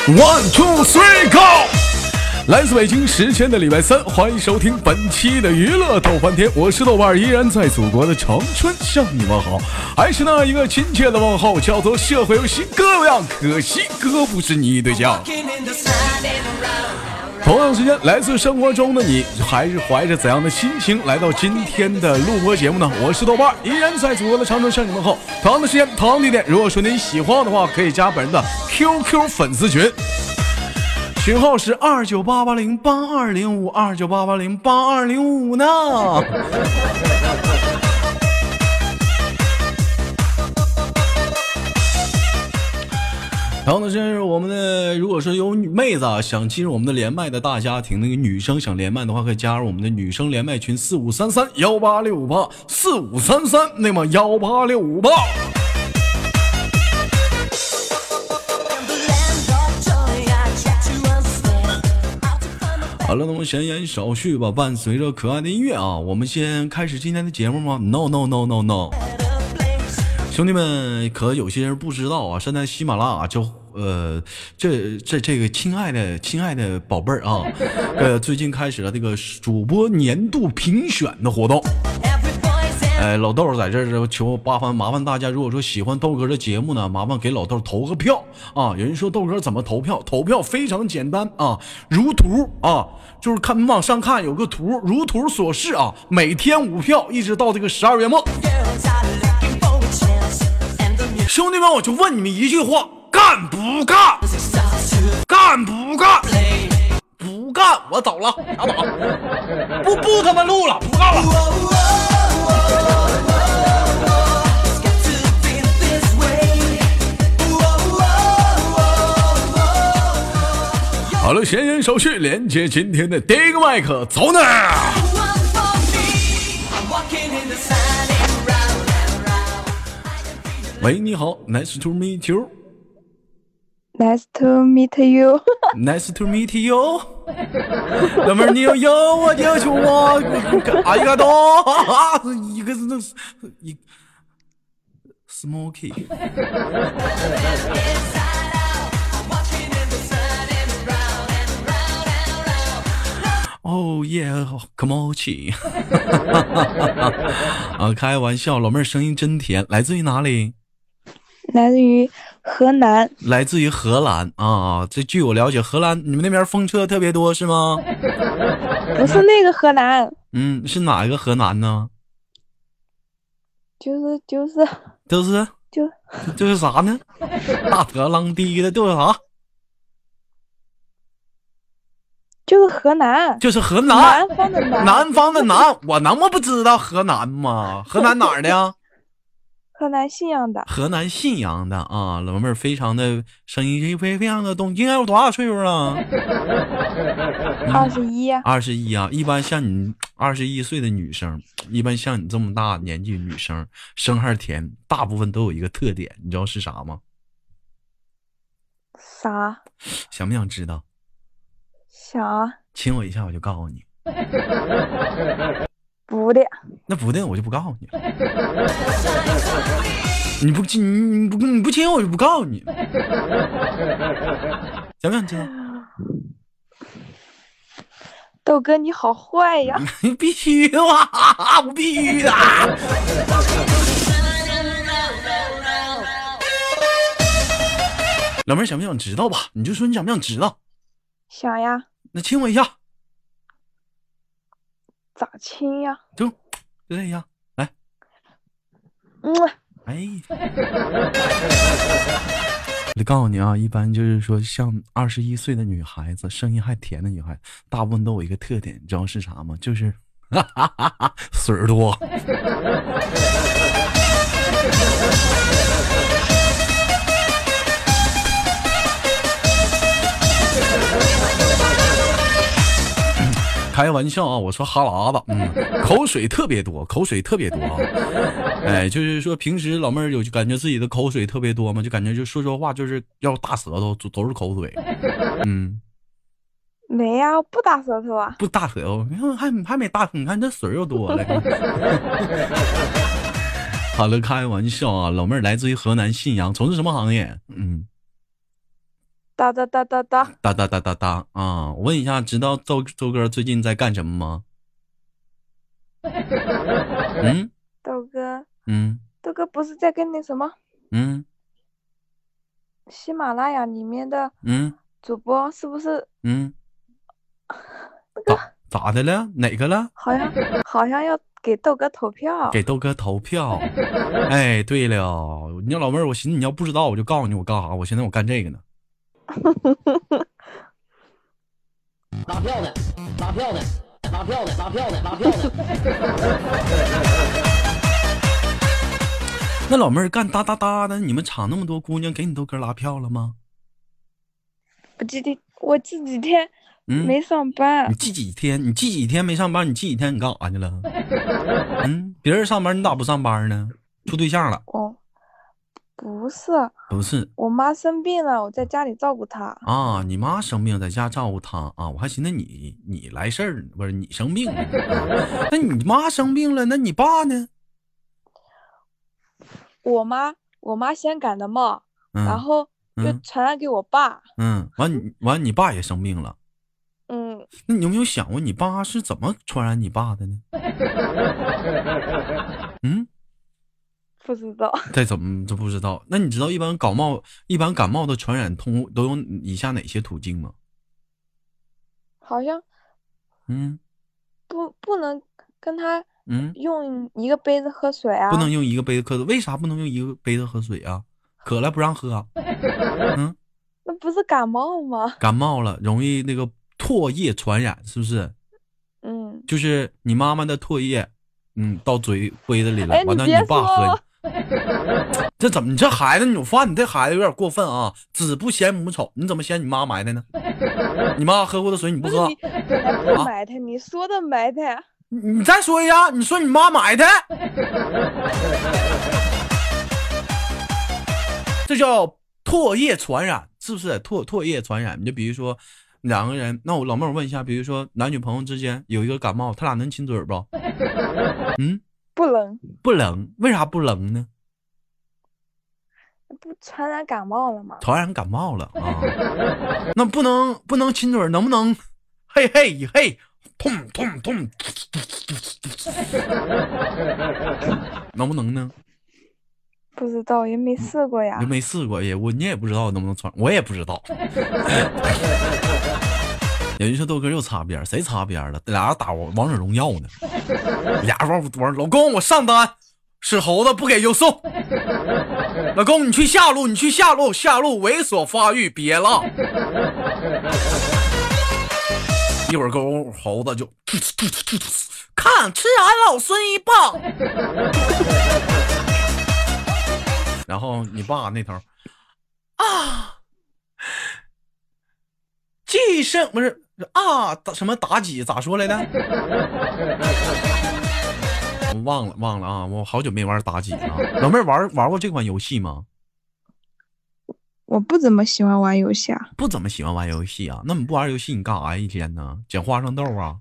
One two three go！ 来自北京时间的礼拜三，欢迎收听本期的娱乐逗翻天，我是豆瓣，依然在祖国的长春向你们好，还是那一个亲切的问候，叫做社会有型哥有样，可惜哥不是你对象。同样时间，来自生活中的你，还是怀着怎样的心情来到今天的录播节目呢？我是豆瓣，依然在祖国的长春向你们好。同样的时间，同样地点，如果说您喜欢的话，可以加本人的 QQ 粉丝群。群号是29880822052988082205呢。然后呢，是我们的，如果说有女妹子想进入我们的连麦的大家庭，那个女生想连麦的话，可以加入我们的女生连麦群4533186583，那么186588。好了，那么闲言少叙吧，伴随着可爱的音乐啊，我们先开始今天的节目吗 ？No No No No No， 兄弟们，可有些人不知道啊，现在喜马拉雅就这个亲爱的宝贝儿啊，最近开始了这个主播年度评选的活动。老豆在这儿求麻烦大家，如果说喜欢豆哥的节目呢，麻烦给老豆投个票啊！有人说豆哥怎么投票？投票非常简单啊，如图啊，就是看你往上看有个图，如图所示啊，每天5票，一直到这个12月末。兄弟们，我就问你们一句话：干不干？干不干？不干，我走了，拉倒，不他妈录了，不干了。好了，闲言少叙，连接今天的第一个麦克，走呢。喂，你好 ，Nice to meet you。Nice to meet you. Nice to meet you. 哥们儿，你要有我就求我，哎呀都，一个是那一 Smoky。哦耶，可默契。啊，开玩笑，老妹儿声音真甜，来自于哪里？ 来自于河南。 来自于荷兰啊！这据我了解，荷兰你们那边风车特别多是吗？ 不是那个河南。 是哪一个河南呢？就是啥呢？大特浪低的就是啥？ 就是河南， 就是河南， 南方的南， 南方的南，我能不知道河南吗？河南哪儿的呀？ 河南信阳的。 河南信阳的啊，老妹儿非常的声音非常的动，应该有多大岁数了 ？21。 21啊，一般像你21岁的女生，一般像你这么大年纪的女生，声还甜，大部分都有一个特点，你知道是啥吗？ 啥？ 想不想知道？ 想啊， 亲我一下我就告诉你。 不的， 那不的我就不告诉你了。你不亲我就不告诉你。想不想知道？ 豆哥你好坏呀！ 必须的啊，我必须的。老妹儿想不想知道吧？你就说你想不想知道？ 想呀。 那亲我一下。 咋亲呀？ 就这样，来。哎。我告诉你啊，一般就是说像21岁的女孩子，声音还甜的女孩子，大部分都有一个特点，你知道是啥吗？就是水儿多。开玩笑啊，我说哈喇子，口水特别多，口水特别多啊。哎，就是说平时老妹儿有就感觉自己的口水特别多嘛，就感觉就说话就是要大舌头，都是口水。 没呀，不大舌头啊， 不大舌头，你看还没大，你看这水又多了。好了，开玩笑啊，老妹儿来自于河南信阳，从事什么行业？ 哒哒哒哒哒。 哒哒哒哒哒啊！我问一下，知道周哥最近在干什么吗？嗯豆哥， 嗯豆哥不是在跟那什么嗯喜马拉雅里面的嗯主播，是不是嗯，咋的了？哪个了？ 好像要给豆哥投票？ 给豆哥投票。哎，对了，你要老妹儿，我寻思你要不知道，我就告诉你我干啥。我现在我干这个呢。 拉票呢，拉票呢，拉票呢，拉票呢，拉票呢。 那老妹儿干哒哒哒的，你们厂那么多姑娘，给你豆哥拉票了吗？ 我这几天没上班。 你几天没上班？你几天你干啥去了？别人上班你咋不上班呢？处对象了？ 哦，不是，我妈生病了，我在家里照顾她。 啊，你妈生病在家照顾她啊，我还寻思你来事儿，不是你生病了。那你妈生病了，那你爸呢？ 我妈先感的冒，然后就传染给我爸。 完你爸也生病了。那你有没有想过你爸是怎么传染你爸的呢？ 不知道。 再怎么就不知道？那你知道一般感冒的传染都有以下哪些途径吗？ 好像不能跟他用一个杯子喝水啊。 不能用一个杯子喝水，为啥不能用一个杯子喝水啊？渴了不让喝啊？ 那不是感冒吗？ 感冒了容易那个唾液传染，是不是？就是你妈妈的唾液，到杯子里了，完了你爸喝。这怎么？你这孩子，你这孩子有点过分啊！子不嫌母丑，你怎么嫌你妈埋汰呢？你妈喝过的水你不喝？ 你本来不埋汰，你说的埋汰。 你再说一下，你说你妈埋汰，这叫唾液传染，是不是？唾液传染，你就比如说两个人，那我老妹儿问一下，比如说男女朋友之间有一个感冒，他俩能亲嘴不？ 不能， 为啥不能呢？ 不传染感冒了吗？ 传染感冒了啊，那不能亲嘴，能不能？嘿嘿嘿，痛痛痛，能不能呢？ 不知道，也没试过呀。 也没试过，你也不知道能不能传，我也不知道。有人说豆哥又擦边，谁擦边了？俩人打王者荣耀呢，俩玩老公我上单，是猴子不给就送。老公你去下路，下路猥琐发育，别了。一会儿跟猴子就看吃俺老孙一棒。然后你爸那头啊，寄生不是啊，什么妲己咋说来的？我忘了啊，我好久没玩妲己了。老妹儿玩过这款游戏吗？ 我不怎么喜欢玩游戏啊。 不怎么喜欢玩游戏啊？那你不玩游戏你干啥一天呢？捡花生豆啊？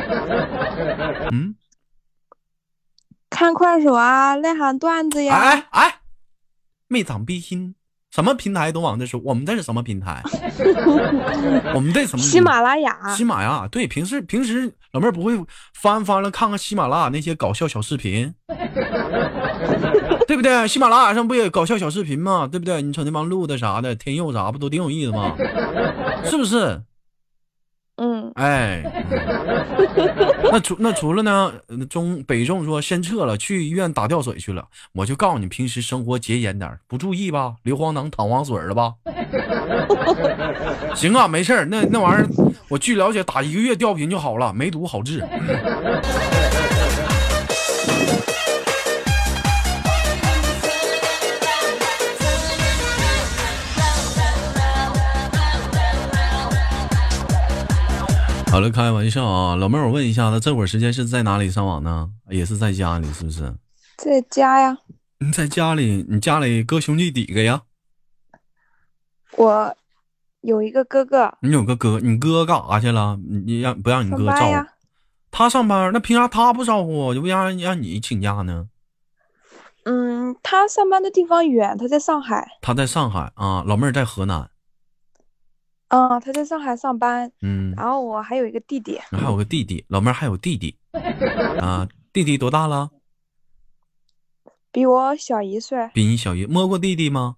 看快手啊，内涵段子呀。 哎，没长逼心，什么平台都往这说。我们这是什么平台？我们这什么？ 喜马拉雅。 喜马拉雅，对，平时老妹儿不会翻了看看喜马拉雅那些搞笑小视频，对不对？喜马拉雅上不也有搞笑小视频吗？对不对？你瞅那帮录的啥的，天佑啥不都挺有意思吗？是不是？哎，那除了呢，北重说先撤了，去医院打吊水去了。我就告诉你，平时生活节俭点，不注意吧，硫磺能淌黄水了吧？行啊，没事那玩意儿，我据了解，打1个月吊瓶就好了，没毒好治。好了，开玩笑啊，老妹儿，我问一下，他这会儿时间是在哪里上网呢？也是在家里，是不是？ 在家呀。 你在家里，你家里哥兄弟几个呀？ 我有一个哥哥。 你有个哥，你哥干啥去了？你不让你哥照顾？他上班，那凭啥他不照顾？就不让你请假呢？ 他上班的地方远，他在上海。 他在上海啊，老妹儿在河南。 他在上海上班。然后我还有一个弟弟。 还有个弟弟，老妹儿还有弟弟啊？弟弟多大了？ 比我小1岁。 比你小摸过弟弟吗？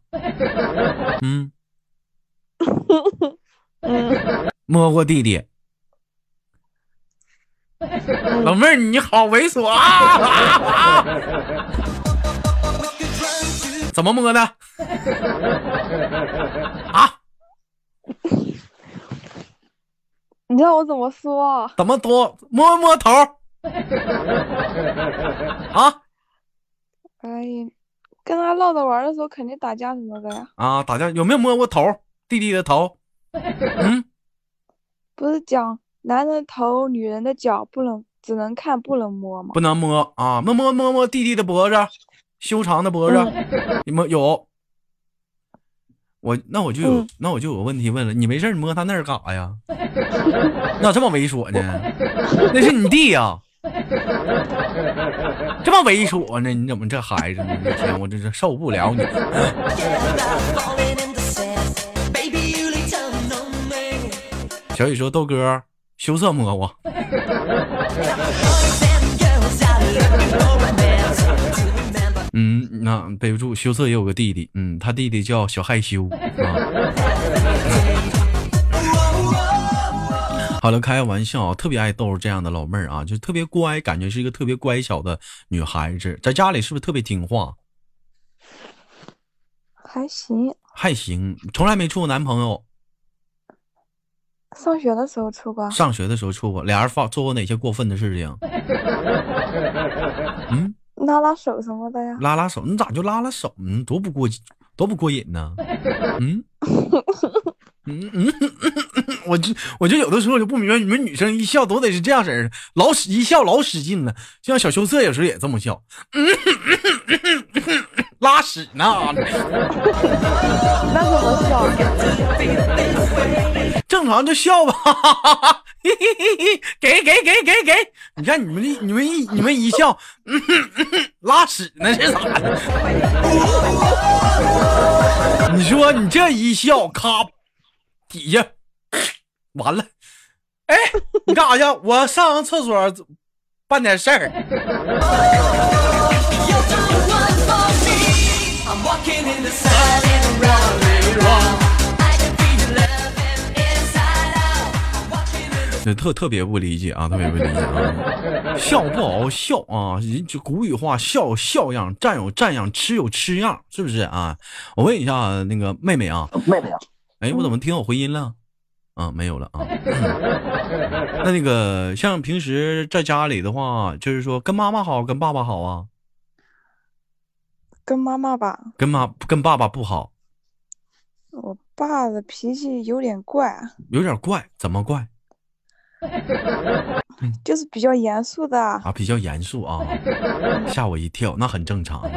摸过弟弟。老妹儿你好猥琐啊！怎么摸的？啊？ 你知道我怎么说？ 怎么多摸摸头？啊？ 哎呀，跟他唠着玩的时候肯定打架什么的呀。 啊，打架有没有摸过头？弟弟的头？ 不是讲男人头女人的脚只能看不能摸吗？ 不能摸啊！摸弟弟的脖子，修长的脖子，有。那我就有个问题问了，你没事摸他那儿干啥呀？那这么猥琐呢？那是你弟呀，这么猥琐呢？你怎么这孩子呢？天，我真是受不了你。小雨说豆哥羞涩摸我。那备不住羞涩也有个弟弟，他弟弟叫小害羞啊。好了，开玩笑，特别爱逗这样的老妹儿啊，就特别乖，感觉是一个特别乖巧的女孩子，在家里是不是特别听话？还行，从来没处过男朋友。 上学的时候处过。 俩人做过哪些过分的事情？ 拉拉手什么的呀？ 拉拉手，你咋就拉拉手呢？多不过瘾呢？我就有的时候就不明白，你们女生一笑都得是这样式儿，一笑老使劲了。像小羞涩有时候也这么笑，拉屎呢？ 那怎么笑？ 正常就笑吧。给，你看你们一笑，拉屎呢是咋的？你说你这一笑，咔，底下完了。哎，你干啥去？我上厕所办点事儿。特别不理解啊，特别不理解啊！笑不好笑啊，就古语话，笑有笑样，站有站样，吃有吃样，是不是啊？我问一下那个妹妹啊，哎，我怎么听到我回音了？啊，没有了啊。那个像平时在家里的话，就是说跟妈妈好，跟爸爸好啊？ 跟妈妈吧。 跟爸爸不好。 我爸的脾气有点怪。 有点怪？怎么怪？ 就是比较严肃的啊， 比较严肃啊，吓我一跳，那很正常。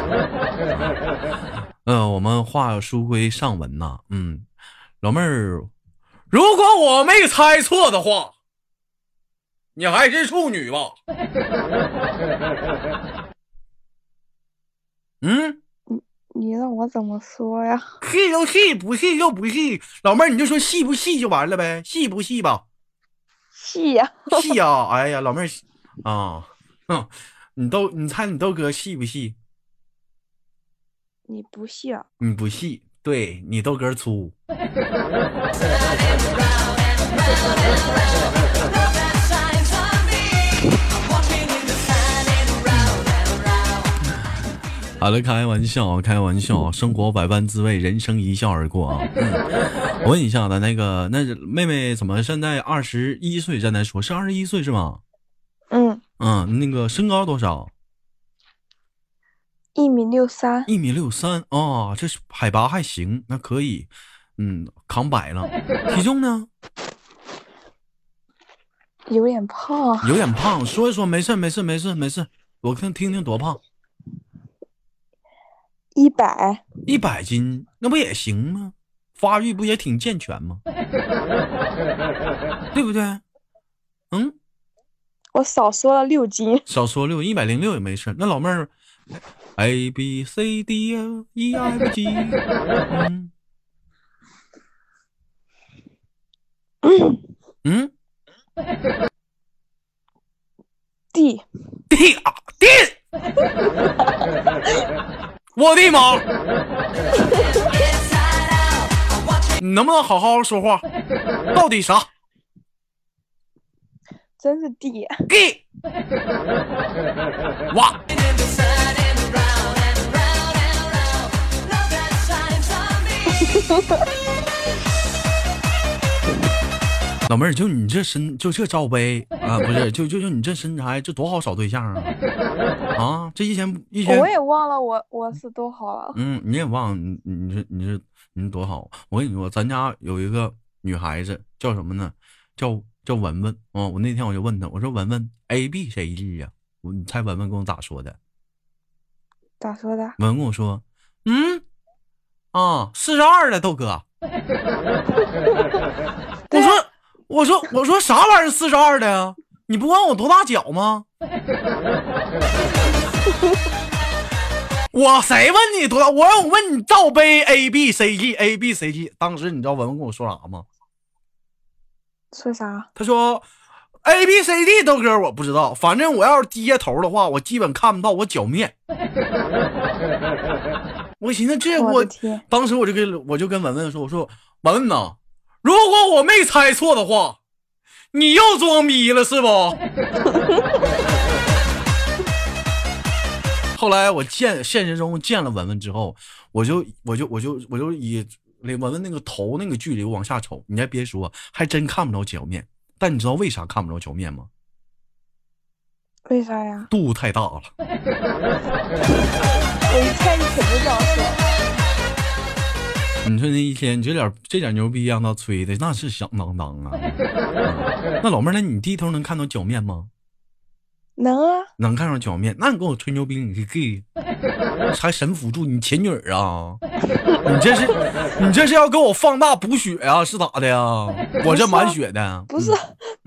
我们话书归上文呐，老妹儿，如果我没猜错的话，你还是处女吧？ 你让我怎么说呀？ 是就是，不是就不是，老妹儿你就说细不细就完了呗，细不细吧？ 细呀， 细呀！哎呀，老妹儿啊，你猜你豆哥细不细？ 你不细啊？ 你不细，对你豆哥粗。好了，开玩笑，生活百般滋味，人生一笑而过啊。我问一下的那妹妹怎么现在21岁？现在说是21岁是吗？那个身高多少 ？1.63米。 1.63米啊，这海拔还行，那可以，扛摆了。体重呢？ 有点胖。 说一说，没事，我听听多胖。100斤，那不也行吗？发育不也挺健全吗？对不对？ 我少说了6斤。 106也没事。那老妹儿 ，A B C D E F G， 我的妈！你能不能好好说话？到底啥？ 真是地。 给。哇！老妹儿，就你这就这罩杯啊，不是，就你这身材，这多好找对象啊！啊，这一天， 我也忘了我是多好了。 你也忘了，你多好！我跟你说，咱家有一个女孩子叫什么呢？叫文文啊！我那天我就问她，我说文文 A B 谁记呀？你猜文文跟我咋说的？ 咋说的？ 文文跟我说，42的豆哥。我说啥玩意儿42的呀？你不问我多大脚吗？我谁问你多大？我问你罩杯 A B C G A B C G。当时你知道文文跟我说啥吗？ 说啥？ 他说 A B C D 豆哥我不知道，反正我要是低下头的话，我基本看不到我脚面。我寻思当时我就跟文文说，我说文文呐，如果我没猜错的话，你又装逼了是不？后来我现实中见了文文之后，我就以文文那个头那个距离往下瞅，你还别说，还真看不着脚面。但你知道为啥看不着脚面吗？ 为啥呀？ 肚子太大了。 我一猜你肯定这样说。 你说那一天你这点牛逼让他吹的那是响当当啊！那老妹儿，那你低头能看到脚面吗？ 能啊， 能看上脚面。那你跟我吹牛逼，你是 gay， 还神辅助你前女儿啊？你这是要给我放大补血啊？是咋的呀？我这满血的。 不是，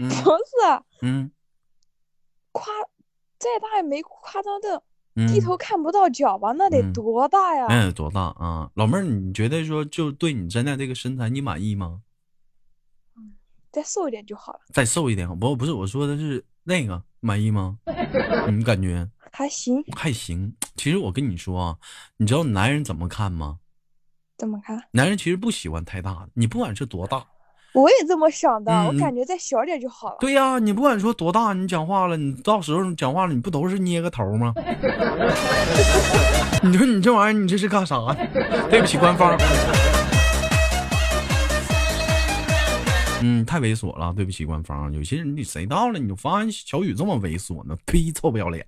再大也没夸张的。低头看不到脚吧？那得多大呀？ 多大啊？老妹儿，你觉得说就对你现在这个身材你满意吗？ 再瘦一点就好了。 再瘦一点，不是我说的是那个满意吗？你感觉还行， 还行。其实我跟你说啊，你知道男人怎么看吗？ 怎么看？ 男人其实不喜欢太大的，你不管是多大。 我也这么想的，我感觉再小点就好了。 对呀，你不管说多大，你讲话了，你到时候讲话了，你不都是捏个头吗？你说你这玩意儿，你这是干啥？对不起，官方。太猥琐了，对不起，官方。有些人你谁到了，你就发现小雨这么猥琐呢？呸，臭不要脸！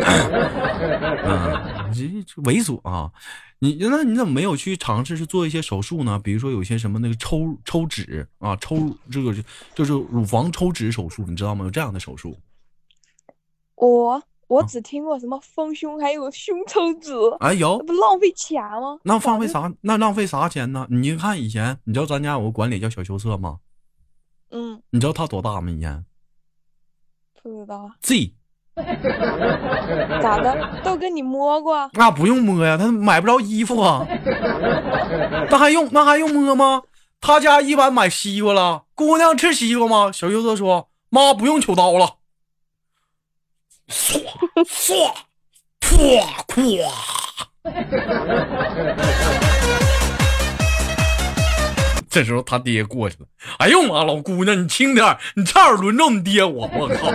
猥琐啊！那你怎么没有去尝试去做一些手术呢？比如说有些什么那个抽脂啊，这个就是乳房抽脂手术，你知道吗？有这样的手术。 我只听过什么丰胸，还有胸抽脂。 哎，有， 不浪费钱吗？ 那浪费啥钱呢？你看以前，你知道咱家有个管理叫小羞涩吗？你知道他多大吗？以前不知道。 Z。 咋的？都跟你摸过？ 那不用摸呀，他买不着衣服啊。那还用摸吗？他家一般买西瓜了，姑娘吃西瓜吗？小优子说：“妈不用求刀了。”唰唰，唰唰。这时候他爹过去了，哎呦妈，老姑娘你轻点，你差点轮着你爹我靠！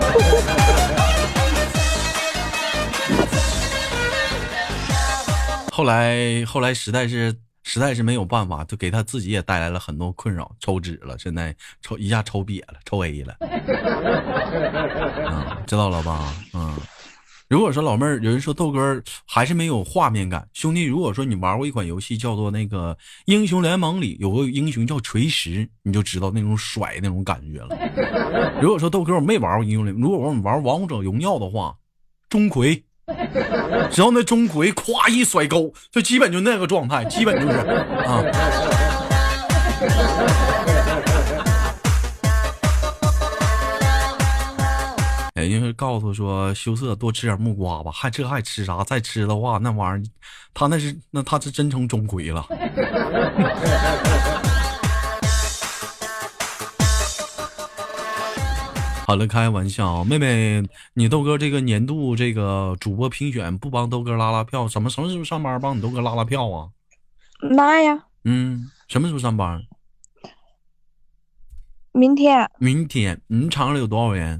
后来实在是没有办法，就给他自己也带来了很多困扰，抽脂了，现在一下抽瘪了，抽 A 了。知道了吧？如果说老妹儿有人说豆哥还是没有画面感，兄弟，如果说你玩过一款游戏叫做那个英雄联盟里有个英雄叫锤石，你就知道那种甩那种感觉了。如果说豆哥我没玩过英雄联盟，如果说你玩王者荣耀的话，钟馗，只要那钟馗夸一甩钩，就基本就那个状态，基本就是啊。因为告诉说羞涩多吃点木瓜吧，还吃啥？再吃的话，那玩意儿，他是真成钟馗了。 好了，开玩笑，妹妹，你豆哥这个年度这个主播评选不帮豆哥拉拉票，什么时候上班帮你豆哥拉拉票啊？ 拉呀， 什么时候上班？ 明天。 明天。你厂里有多少人？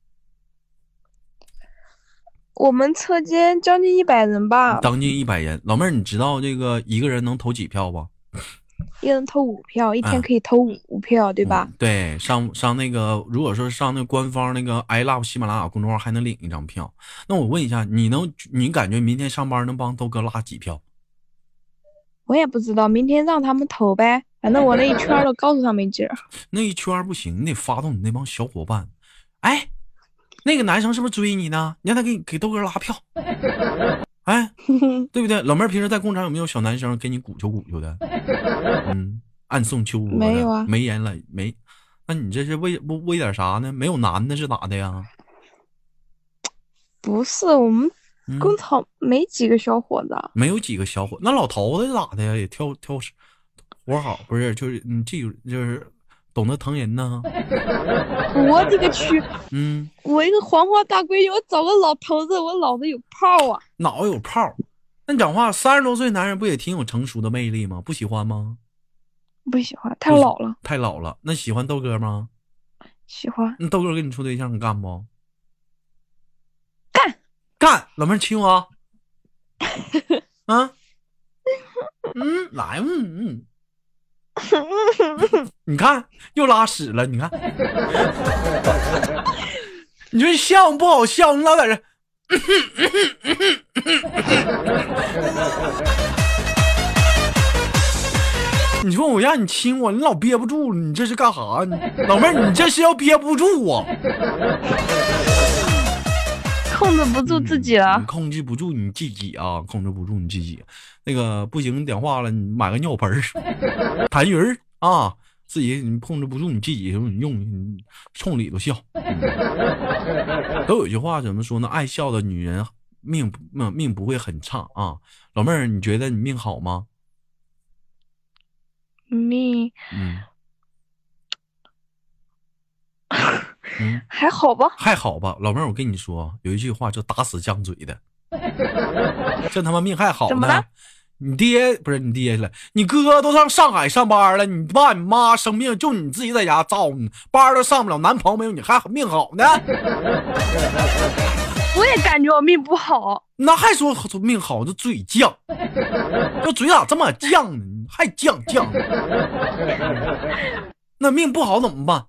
我们车间将近100人吧。 将近100人。老妹儿，你知道这个一个人能投几票不？ 一人投5票，一天可以投5票，对吧？ 对，上那个，如果说上那个官方那个 I love 喜马拉雅公众号还能领一张票。那我问一下，你感觉明天上班能帮豆哥拉几票？ 我也不知道，明天让他们投呗，反正我那一圈都告诉他们一句。 那一圈不行，你得发动你那帮小伙伴。哎，那个男生是不是追你呢？你让他给豆哥拉票。哎，对不对？老妹儿平时在工厂有没有小男生给你鼓秋的？暗送秋波的？ 没有啊， 没人了，没。那你这是为点啥呢？没有男的是咋的呀？ 不是，我们工厂没几个小伙子， 没有几个小伙。那老头子咋的呀？也跳活好，不是？就是你就是懂得疼人呢。 我的个去！我一个黄花大闺女，我找个老头子，我脑子有泡啊！ 脑子有泡？那你讲话，30多岁男人不也挺有成熟的魅力吗？不喜欢吗？ 不喜欢，太老了。 太老了。那喜欢豆哥吗？ 喜欢。 那豆哥跟你处对象，你干不？ 干！ 老妹儿亲我。啊？来，你看又拉屎了，你看。你说笑不好笑？你老在这。你说我让你亲我，你老憋不住，你这是干啥？老妹儿，你这是要憋不住啊！ 控制不住自己了， 控制不住你自己啊！控制不住你自己。那个不行，点化了，你买个尿盆儿、痰盂儿啊，自己你控制不住你自己，你用你冲里头笑。都有句话怎么说呢？爱笑的女人命不会很差啊。老妹儿，你觉得你命好吗？ 命，还好吧， 还好吧。老妹儿，我跟你说，有一句话叫打死犟嘴的，这他妈命还好呢。你爹不是你爹了，你哥都上上海上班了，你爸你妈生病，就你自己在家照顾，班都上不了，男朋友没有，你还命好呢。 我也感觉我命不好， 那还说命好，这嘴犟，这嘴咋这么犟呢？你还犟。那命不好怎么办？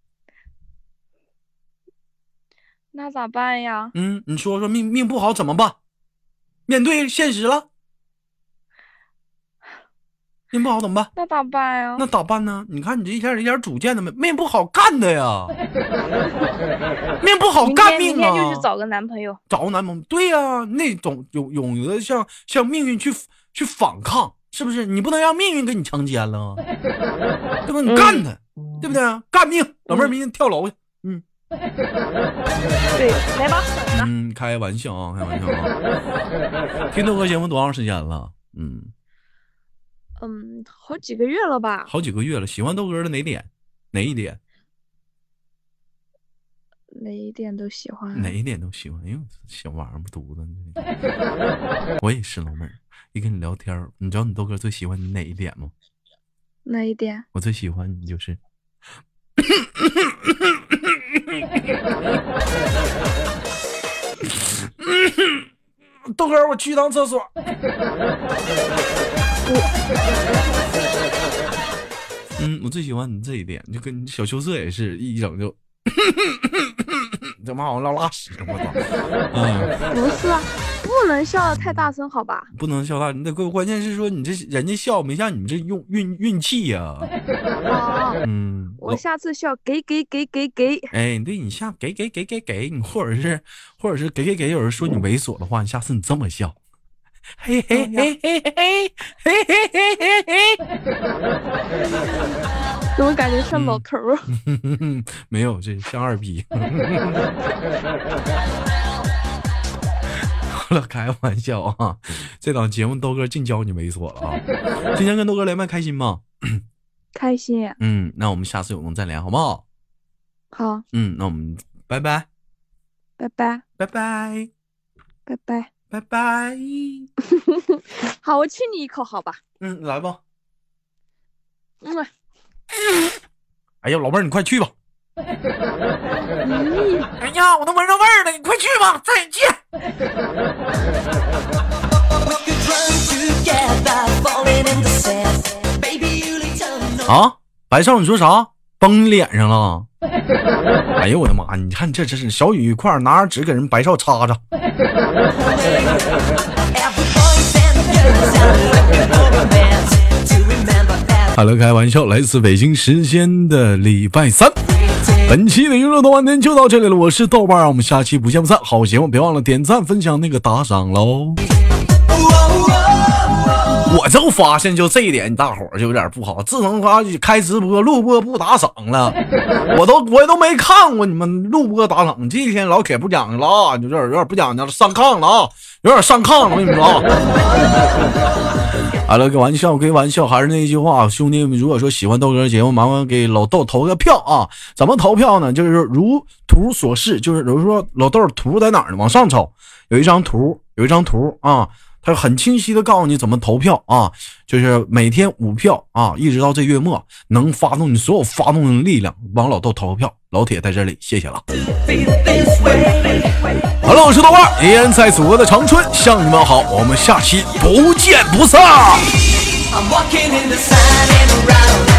那咋办呀？ 你说说命不好怎么办？面对现实了。命不好怎么办？ 那咋办呀？ 那咋办呢？你看你这一点主见的没，命不好干的呀。命不好干命啊！ 明天就去找个男朋友。 找个男朋友，对呀，那种勇于的向命运去反抗，是不是？你不能让命运给你强奸了，对吧？你干他，对不对？干命，老妹儿明天跳楼去。 对，来吧。 开玩笑啊，开玩笑啊。听豆哥节目多长时间了？ 好几个月了吧？ 好几个月了。喜欢豆哥的哪一点？哪一点都喜欢。 哪一点都喜欢。哎呦，小玩意儿不犊子。我也是老妹儿，一跟你聊天，你知道你豆哥最喜欢你哪一点吗？ 哪一点？ 我最喜欢你就是豆哥，我去趟厕所。我最喜欢你这一点，就跟小羞涩也是一整就怎么好像要拉屎，我操！ 不是啊，不能笑得太大声，好吧？ 不能笑大，那关键是说你这人家笑没像你们这用运气呀。 我下次笑给。 哎，对你下给，你或者是给，有人说你猥琐的话，你下次你这么笑。嘿嘿嘿嘿嘿嘿嘿嘿嘿嘿， 怎么感觉像老头儿？ 没有，这像二逼。好了，开玩笑啊！这档节目豆哥净教你猥琐了啊！今天跟豆哥连麦开心吗？ 开心。 那我们下次有空再连，好不好？ 好， 那我们拜拜， 拜拜， 拜拜， 拜拜， 拜拜。 好，我亲你一口，好吧？ 来吧。 哎呀，老妹儿，你快去吧。哎呀， 我都闻着味儿了，你快去吧，再见。啊，白少，你说啥？崩脸上了？哎呦我的妈！你看这是小雨，快拿着纸给人白少擦擦。好了，开玩笑，来自北京时间的礼拜三，本期的娱乐豆瓣天就到这里了。我是豆瓣，让我们下期不见不散。好节目别忘了点赞、分享、打赏喽。我就发现就这一点，大伙儿就有点不好。自从开直播录播不打赏了，我都没看过你们录播打赏。这一天老铁不讲究了啊，有点不讲究了，上炕了啊，有点上炕了，我跟你们说啊。好了，开玩笑，还是那句话，兄弟们，如果说喜欢豆哥的节目，麻烦给老豆投个票啊！怎么投票呢？就是如图所示，就是比如说老豆图在哪儿呢？往上瞅，有一张图啊。他很清晰的告诉你怎么投票啊，就是每天5票啊，一直到这月末，能发动你所有发动的力量，帮老豆投票。老铁在这里，谢谢了。好了，我是豆瓣，依然在祖国的长春向你们好，我们下期不见不散。I'm walking in the sun and around